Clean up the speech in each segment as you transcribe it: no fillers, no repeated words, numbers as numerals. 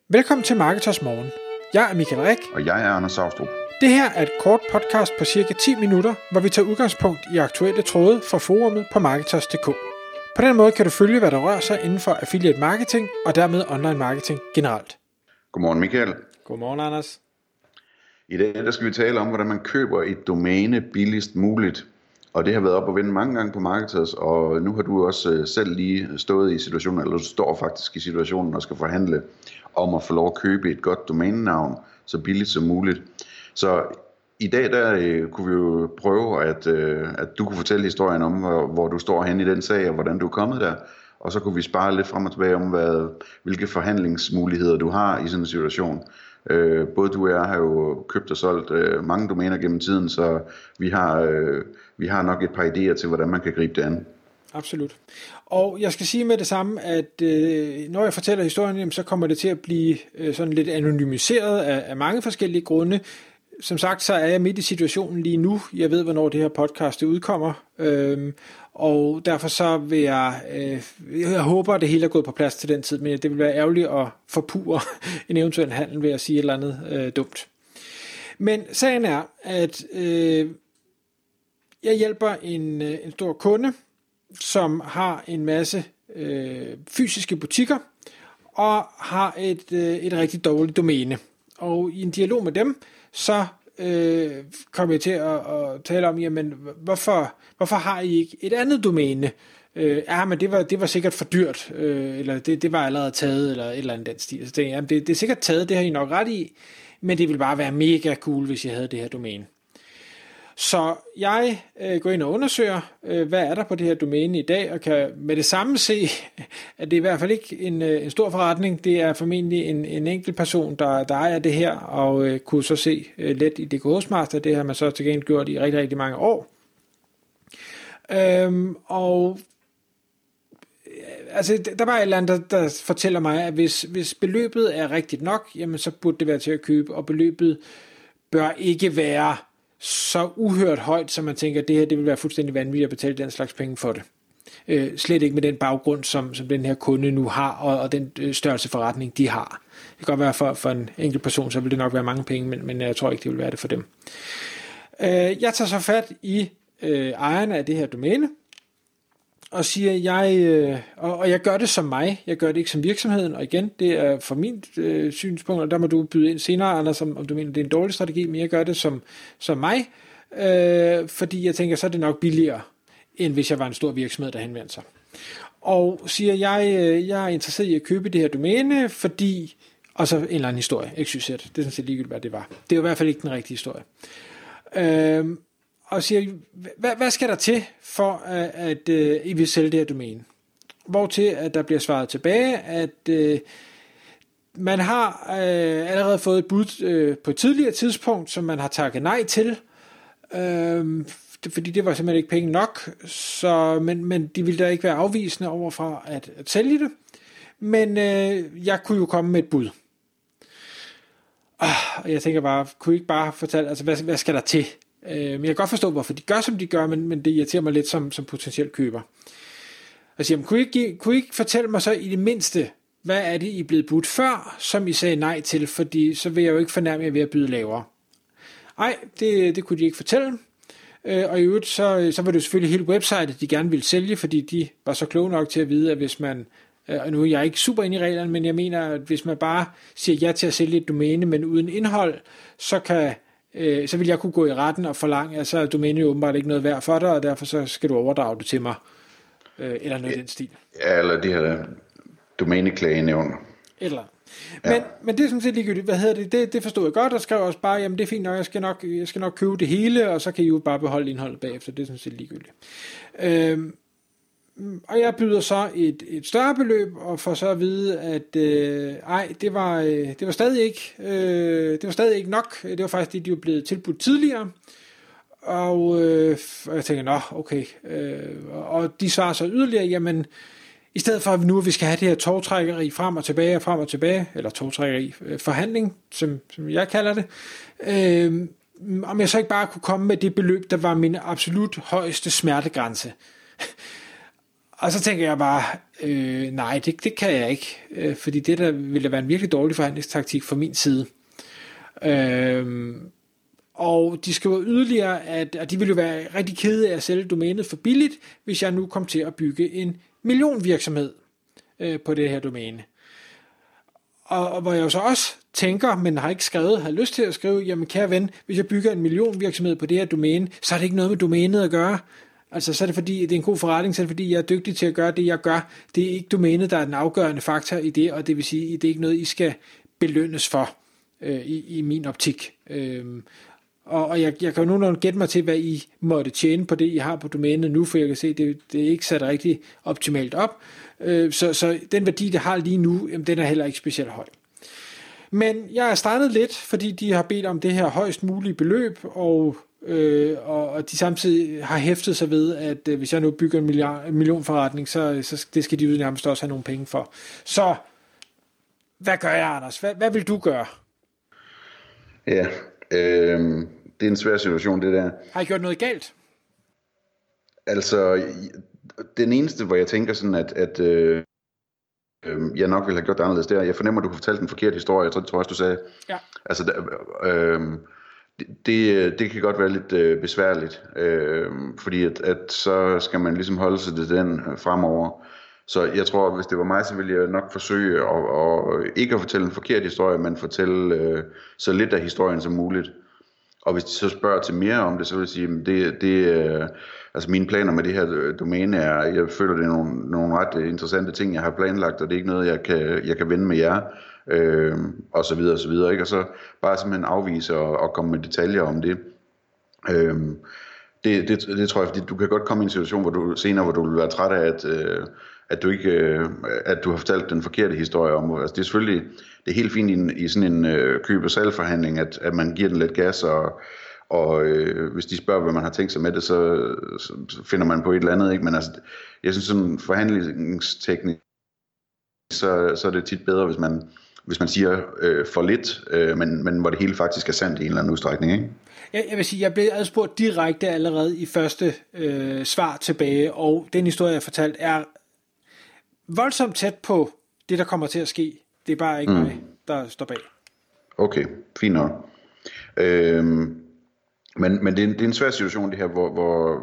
Velkommen til Marketers Morgen. Jeg er Michael Rik. Og jeg er Anders Saustrup. Det her er et kort podcast på cirka 10 minutter, hvor vi tager udgangspunkt i aktuelle tråde fra forumet på Marketers.dk. På den måde kan du følge, hvad der rører sig inden for affiliate marketing og dermed online marketing generelt. Godmorgen Michael. Godmorgen Anders. I dag der skal vi tale om, hvordan man køber et domæne billigst muligt. Og det har været op og vende mange gange på Marketers, og nu har du også selv lige stået i situationen, eller du står faktisk i situationen og skal forhandle om at få lov at købe et godt domænenavn så billigt som muligt. Så i dag der kunne vi jo prøve, at du kunne fortælle historien om, hvor du står hen i den sag, og hvordan du er kommet der. Og så kunne vi spare lidt frem og tilbage om, hvilke forhandlingsmuligheder du har i sådan en situation. Både du og jeg har jo købt og solgt mange domæner gennem tiden, så vi har nok et par idéer til, hvordan man kan gribe det an. Absolut. Og jeg skal sige med det samme, at når jeg fortæller historien, så kommer det til at blive sådan lidt anonymiseret af mange forskellige grunde. Som sagt, så er jeg midt i situationen lige nu. Jeg ved, hvornår det her podcast udkommer. Og derfor så vil jeg håber, at det hele er gået på plads til den tid, men det vil være ærgerligt at forpure en eventuel handel ved at sige et eller andet dumt. Men sagen er, at jeg hjælper en stor kunde, som har en masse fysiske butikker og har et rigtig dårligt domæne. Og i en dialog med dem, så kom jeg til at tale om, jamen, hvorfor har I ikke et andet domæne? Men det var sikkert for dyrt, eller det var allerede taget, eller et eller andet den stil. Så tænkte jeg, jamen, det er sikkert taget, det har I nok ret i, men det ville bare være mega cool, hvis jeg havde det her domæne. Så jeg går ind og undersøger, hvad er der på det her domæne i dag, og kan med det samme se, at det er i hvert fald ikke en stor forretning. Det er formentlig en enkelt person, der ejer det her, og kunne så se let i DK Hostmaster. Det har man så til gengæld gjort i rigtig, rigtig mange år. Altså, der var et eller andet, der fortæller mig, at hvis beløbet er rigtigt nok, jamen så burde det være til at købe, og beløbet bør ikke være så uhørt højt, så man tænker, at det her det vil være fuldstændig vanvittigt at betale den slags penge for det. Slet ikke med den baggrund, som den her kunde nu har, og den størrelse forretning, de har. Det kan godt være for en enkelt person, så vil det nok være mange penge, men jeg tror ikke, det vil være det for dem. Jeg tager så fat i ejerne af det her domæne, og siger, jeg gør det som mig, jeg gør det ikke som virksomheden, og igen, det er for min synspunkt, og der må du byde ind senere, Anders, om du mener, det er en dårlig strategi, men jeg gør det som mig, fordi jeg tænker, så er det nok billigere, end hvis jeg var en stor virksomhed, der henvendte sig. Og siger, jeg er interesseret i at købe det her domæne, fordi, og så en eller anden historie, XYZ, det er sådan set ligegyldigt, hvad det var. Det er jo i hvert fald ikke den rigtige historie. Og siger, hvad skal der til, for at I vil sælge det her domæne? Hvortil at der bliver svaret tilbage, at man har allerede fået et bud på et tidligere tidspunkt, som man har takket nej til, fordi det var simpelthen ikke penge nok, men de ville da ikke være afvisende overfra at sælge det. Men jeg kunne jo komme med et bud. Og jeg tænker bare, kunne I ikke bare fortælle, altså hvad skal der til? Men jeg kan godt forstå, hvorfor de gør, som de gør, men det irriterer mig lidt som potentiel køber. Og siger, kunne I ikke fortælle mig så i det mindste, hvad er det, I er blevet budt før, som I sagde nej til, fordi så vil jeg jo ikke fornærme jer ved at byde lavere. Nej, det kunne de ikke fortælle. Og i øvrigt, så var det jo selvfølgelig hele websitet, de gerne ville sælge, fordi de var så kloge nok til at vide, at hvis man, og nu er jeg ikke super inde i reglerne, men jeg mener, at hvis man bare siger ja til at sælge et domæne, men uden indhold, så vil jeg kunne gå i retten og forlange, at så er domænet jo åbenbart ikke noget værd for dig, og derfor så skal du overdrage det til mig, eller noget i den stil. Ja, eller de her domæneklagenævn. Eller. Men det er sådan set ligegyldigt. Det forstod jeg godt, og skrev også bare, jamen det er fint nok, jeg skal nok købe det hele, og så kan I jo bare beholde indholdet bagefter. Det er sådan set ligegyldigt. Og jeg byder så et større beløb, og får så at vide, at det var stadig ikke nok. Det var faktisk det, de var blevet tilbudt tidligere. Og jeg tænker, okay. Og de svarer så yderligere, jamen, i stedet for at vi skal have det her tovtrækkeri frem og tilbage, eller tovtrækkeri forhandling, som jeg kalder det, om jeg så ikke bare kunne komme med det beløb, der var min absolut højeste smertegrænse. Og så tænker jeg bare, nej, det kan jeg ikke, fordi det der ville være en virkelig dårlig forhandlingstaktik fra min side. Og de skriver yderligere, at de ville jo være rigtig kede af at sælge domænet for billigt, hvis jeg nu kom til at bygge en millionvirksomhed på det her domæne. Og hvor jeg jo så også tænker, men har ikke skrevet, har lyst til at skrive, jamen kære ven, hvis jeg bygger en millionvirksomhed på det her domæne, så er det ikke noget med domænet at gøre. Altså så er det fordi, det er en god forretning, så er det fordi, jeg er dygtig til at gøre det, jeg gør. Det er ikke domænet, der er den afgørende faktor i det, og det vil sige, det er ikke noget, I skal belønnes for i min optik. Og jeg kan jo nogenlunde gætte mig til, hvad I måtte tjene på det, I har på domænet nu, for jeg kan se, det er ikke sat rigtig optimalt op. Så den værdi, det har lige nu, jamen, den er heller ikke specielt høj. Men jeg er startet lidt, fordi de har bedt om det her højst mulige beløb, og de samtidig har hæftet sig ved, at hvis jeg nu bygger en millionforretning, så det skal de jo nærmest også have nogle penge for. Så hvad gør jeg, Anders? Hvad vil du gøre? Ja, det er en svær situation, det der. Har I gjort noget galt? Altså, den eneste, hvor jeg tænker sådan, at jeg nok ville have gjort det anderledes, der. Jeg fornemmer, at du har fortalt en forkert historie. Jeg tror også, du sagde. Ja. Altså, det kan godt være lidt besværligt, fordi at så skal man ligesom holde sig til den fremover. Så jeg tror, hvis det var mig, så ville jeg nok forsøge at ikke at fortælle en forkert historie, men fortælle så lidt af historien som muligt. Og hvis de så spørger til mere om det, så vil jeg sige, altså mine planer med det her domæne er, jeg føler, det er nogle ret interessante ting, jeg har planlagt, og det er ikke noget, jeg kan vende med jer, og så videre, og så videre, ikke? Og så bare simpelthen afvise og komme med detaljer om det. Det tror jeg, fordi du kan godt komme i en situation, hvor du vil være træt af, at du ikke, at du har fortalt den forkerte historie om. Altså det er selvfølgelig, det er helt fint i sådan en køb- og salgforhandling, at man giver den lidt gas, og hvis de spørger, hvad man har tænkt sig med det, så finder man på et eller andet, ikke? Men altså, jeg synes sådan forhandlingsteknik, så er det tit bedre, hvis man siger for lidt, men hvor det hele faktisk er sandt i en eller anden udstrækning, ikke? Jeg vil sige, jeg blev adspurgt direkte allerede i første svar tilbage, og den historie, jeg fortalt, er voldsomt tæt på det, der kommer til at ske. Det er bare ikke mig, der står bag. Okay, fint nok. Men det er en svær situation, det her, hvor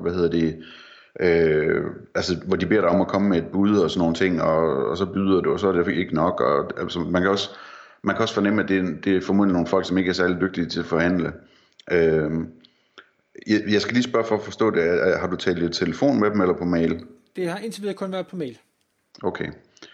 altså, hvor de beder dig om at komme med et bud og sådan nogle ting, og så byder du, og så er det ikke nok. Og, altså, man kan også fornemme, at det er formodentlig nogle folk, som ikke er særlig dygtige til at forhandle. Jeg skal lige spørge for at forstå det. Har du talt i telefon med dem eller på mail? Det har indtil videre kun været på mail. Okay.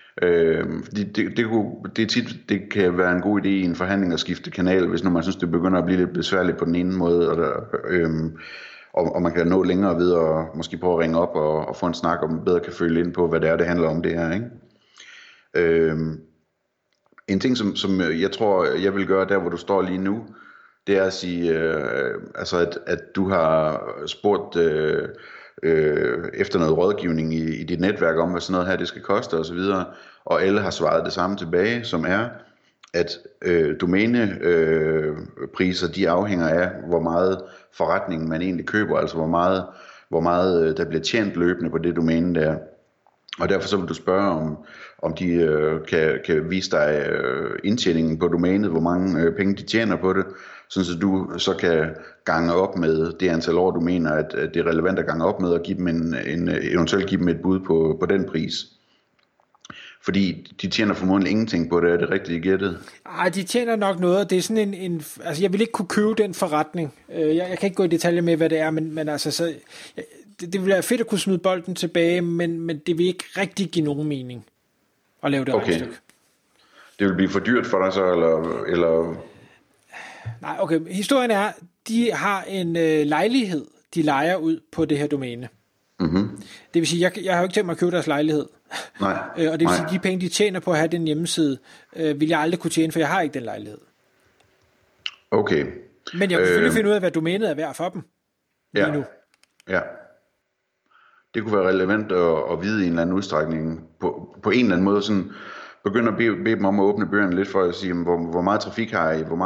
Det kan være en god idé i en forhandling at skifte kanal, hvis nu man synes, det begynder at blive lidt besværligt på den ene måde, og man kan nå længere ved at måske prøve at ringe op og få en snak, og man bedre kan følge ind på, hvad det handler om det her, ikke? En ting, som jeg tror, jeg vil gøre der, hvor du står lige nu, det er at sige, at du har spurgt efter noget rådgivning i dit netværk om, hvad sådan noget her det skal koste osv., og alle har svaret det samme tilbage, som er, at domænepriser, de afhænger af, hvor meget forretningen man egentlig køber, altså hvor meget der bliver tjent løbende på det domæne der. Og derfor så vil du spørge, om de kan vise dig indtjeningen på domænet, hvor mange penge de tjener på det, sådan så du så kan gange op med det antal år, du mener, at det er relevant at gange op med, og give dem eventuelt give dem et bud på den pris. Fordi de tjener formodentlig ingenting på det, er det rigtigt gættet? Ej, de tjener nok noget, det er sådan altså jeg vil ikke kunne købe den forretning. Jeg kan ikke gå i detaljer med, hvad det er, men altså så... Det vil være fedt at kunne smide bolden tilbage, men det vil ikke rigtig give nogen mening at lave det regnestykke. Det vil blive for dyrt for dig så, eller? Nej, okay. Historien er, de har en lejlighed, de lejer ud på det her domæne. Mm-hmm. Det vil sige, jeg har jo ikke tænkt mig at købe deres lejlighed. Nej. Og det vil sige, de penge, de tjener på at have den hjemmeside, vil jeg aldrig kunne tjene, for jeg har ikke den lejlighed. Okay. Men jeg kan selvfølgelig finde ud af, hvad domænet er værd for dem. Ja. Nu. Ja. Det kunne være relevant at vide i en eller anden udstrækning, på en eller anden måde, sådan begynde at bede dem om at åbne bøgerne lidt for at sige, hvor meget trafik har I, hvor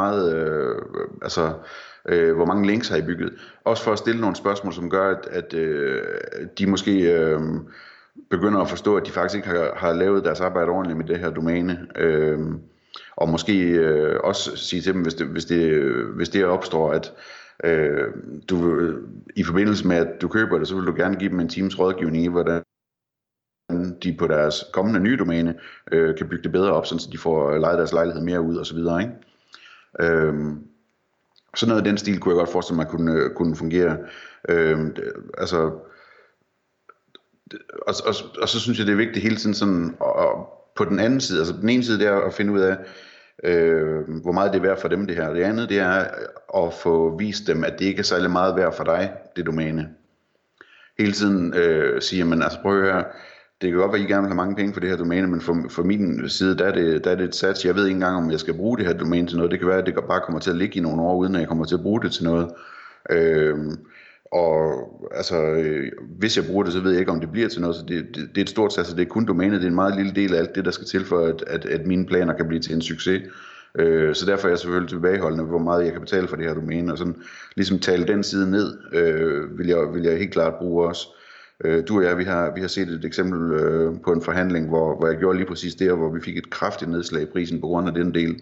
mange links har I bygget. Også for at stille nogle spørgsmål, som gør, at de måske begynder at forstå, at de faktisk ikke har lavet deres arbejde ordentligt med det her domæne. Og måske også sige til dem, hvis det opstår, at du i forbindelse med, at du køber det, så vil du gerne give dem en times rådgivning i, hvordan de på deres kommende nye domæne kan bygge det bedre op, så de får lejet deres lejlighed mere ud og så videre, ikke? Sådan noget af den stil kunne jeg godt forestille mig kunne fungere. Og så synes jeg, det er vigtigt hele tiden sådan, og på den anden side, altså den ene side, det er at finde ud af, hvor meget det er værd for dem det her. Det andet, det er at få vist dem, at det ikke er særlig meget værd for dig, det domæne. Hele tiden siger man, altså prøv at høre, det kan godt være, at I gerne vil have mange penge for det her domæne, men for min side, der er det et sats. Jeg ved ikke engang, om jeg skal bruge det her domæne til noget. Det kan være, at det bare kommer til at ligge i nogle år, uden at jeg kommer til at bruge det til noget. Og altså, hvis jeg bruger det, så ved jeg ikke, om det bliver til noget. Så det er et stort sats, det er kun domænet. Det er en meget lille del af alt det, der skal til for, at mine planer kan blive til en succes. Så derfor er jeg selvfølgelig tilbageholdende, hvor meget jeg kan betale for det her domæne. Og sådan ligesom tale den side ned, vil jeg helt klart bruge også. Du og jeg, vi har set et eksempel på en forhandling, hvor jeg gjorde lige præcis det, hvor vi fik et kraftigt nedslag i prisen på grund af den del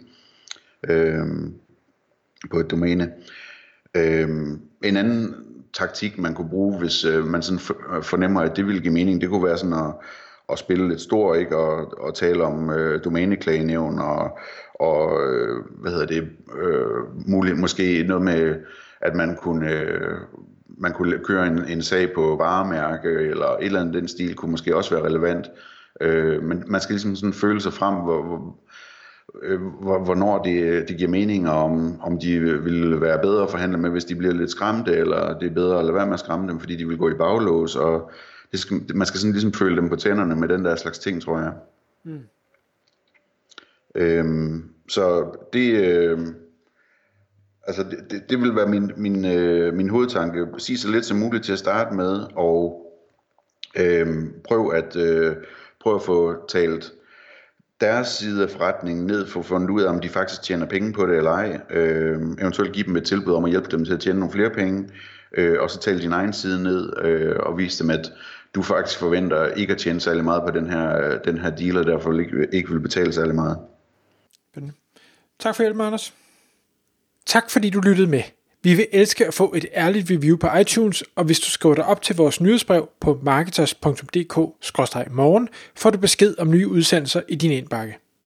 på et domæne. En anden taktik, man kunne bruge, hvis man sådan fornemmer, at det ville give mening, det kunne være sådan at spille lidt stor, ikke, og tale om domæneklagenævn og hvad hedder det, måske noget med, at man kunne køre en sag på varemærke, eller et eller andet den stil, kunne måske også være relevant. Men man skal ligesom sådan føle sig frem, hvornår det giver mening, om de vil være bedre at forhandle med, hvis de bliver lidt skræmte, eller det er bedre at lade være med at skræmme dem, fordi de vil gå i baglås, og man skal sådan ligesom føle dem på tænderne med den der slags ting, tror jeg. Så det vil være min hovedtanke. Sige så lidt som muligt til at starte med, og prøv at få talt deres side af forretningen ned, for at finde ud af, om de faktisk tjener penge på det eller ej. Eventuelt give dem et tilbud om at hjælpe dem til at tjene nogle flere penge, og så tale din egen side ned, og vise dem, at du faktisk forventer ikke at tjene særlig meget på den her deal, og derfor ikke vil betale særlig meget. Tak for hjælpen, Anders. Tak fordi du lyttede med. Vi vil elske at få et ærligt review på iTunes, og hvis du skriver dig op til vores nyhedsbrev på marketers.dk/morgen, får du besked om nye udsendelser i din indbakke.